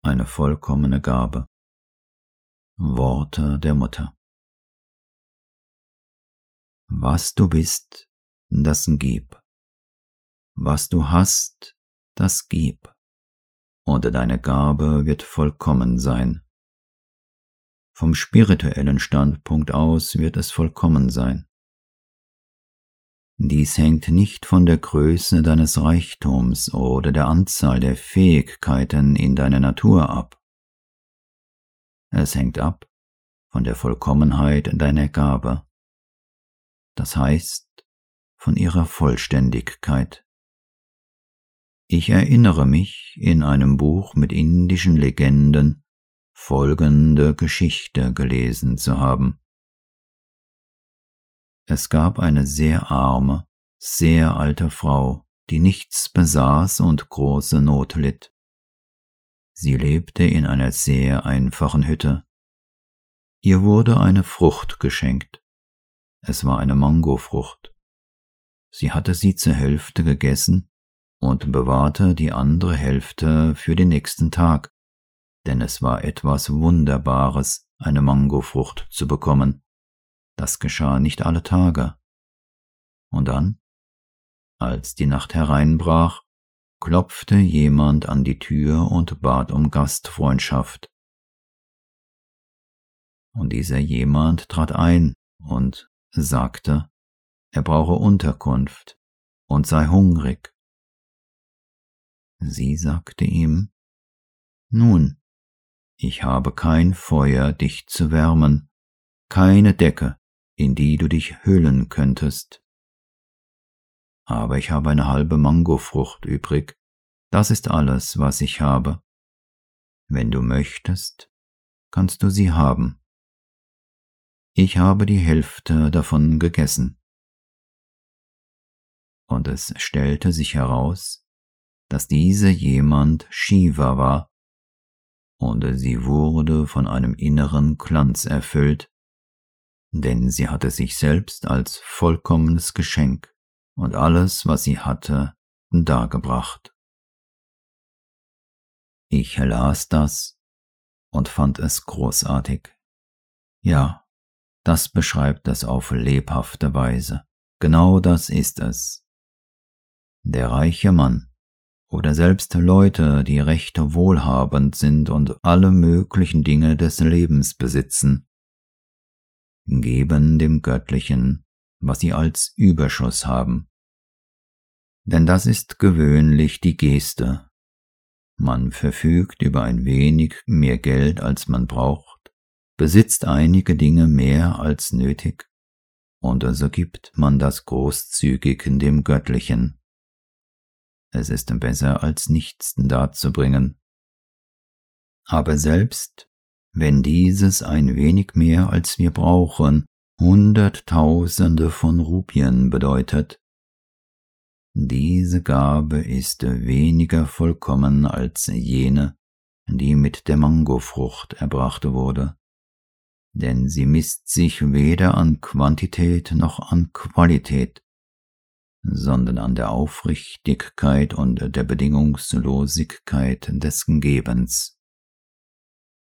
eine vollkommene Gabe. Worte der Mutter. Was du bist, das gib. Was du hast, das gib. Und deine Gabe wird vollkommen sein. Vom spirituellen Standpunkt aus wird es vollkommen sein. Dies hängt nicht von der Größe deines Reichtums oder der Anzahl der Fähigkeiten in deiner Natur ab. Es hängt ab von der Vollkommenheit deiner Gabe, das heißt von ihrer Vollständigkeit. Ich erinnere mich, in einem Buch mit indischen Legenden folgende Geschichte gelesen zu haben. Es gab eine sehr arme, sehr alte Frau, die nichts besaß und große Not litt. Sie lebte in einer sehr einfachen Hütte. Ihr wurde eine Frucht geschenkt. Es war eine Mangofrucht. Sie hatte sie zur Hälfte gegessen und bewahrte die andere Hälfte für den nächsten Tag, denn es war etwas Wunderbares, eine Mangofrucht zu bekommen. Das geschah nicht alle Tage. Und dann, als die Nacht hereinbrach, klopfte jemand an die Tür und bat um Gastfreundschaft. Und dieser jemand trat ein und sagte, er brauche Unterkunft und sei hungrig. Sie sagte ihm, nun, ich habe kein Feuer, dich zu wärmen, keine Decke, in die du dich hüllen könntest. Aber ich habe eine halbe Mangofrucht übrig, das ist alles, was ich habe. Wenn du möchtest, kannst du sie haben. Ich habe die Hälfte davon gegessen. Und es stellte sich heraus, dass dieser jemand Shiva war, und sie wurde von einem inneren Glanz erfüllt, denn sie hatte sich selbst als vollkommenes Geschenk und alles, was sie hatte, dargebracht. Ich las das und fand es großartig. Ja, das beschreibt es auf lebhafte Weise. Genau das ist es. Der reiche Mann oder selbst Leute, die recht wohlhabend sind und alle möglichen Dinge des Lebens besitzen, geben dem Göttlichen, was sie als Überschuss haben. Denn das ist gewöhnlich die Geste. Man verfügt über ein wenig mehr Geld, als man braucht, besitzt einige Dinge mehr als nötig, und so gibt man das großzügig dem Göttlichen. Es ist besser, als nichts darzubringen. Aber selbst wenn dieses ein wenig mehr als wir brauchen, Hunderttausende von Rupien bedeutet, diese Gabe ist weniger vollkommen als jene, die mit der Mangofrucht erbracht wurde, denn sie misst sich weder an Quantität noch an Qualität, sondern an der Aufrichtigkeit und der Bedingungslosigkeit des Gebens.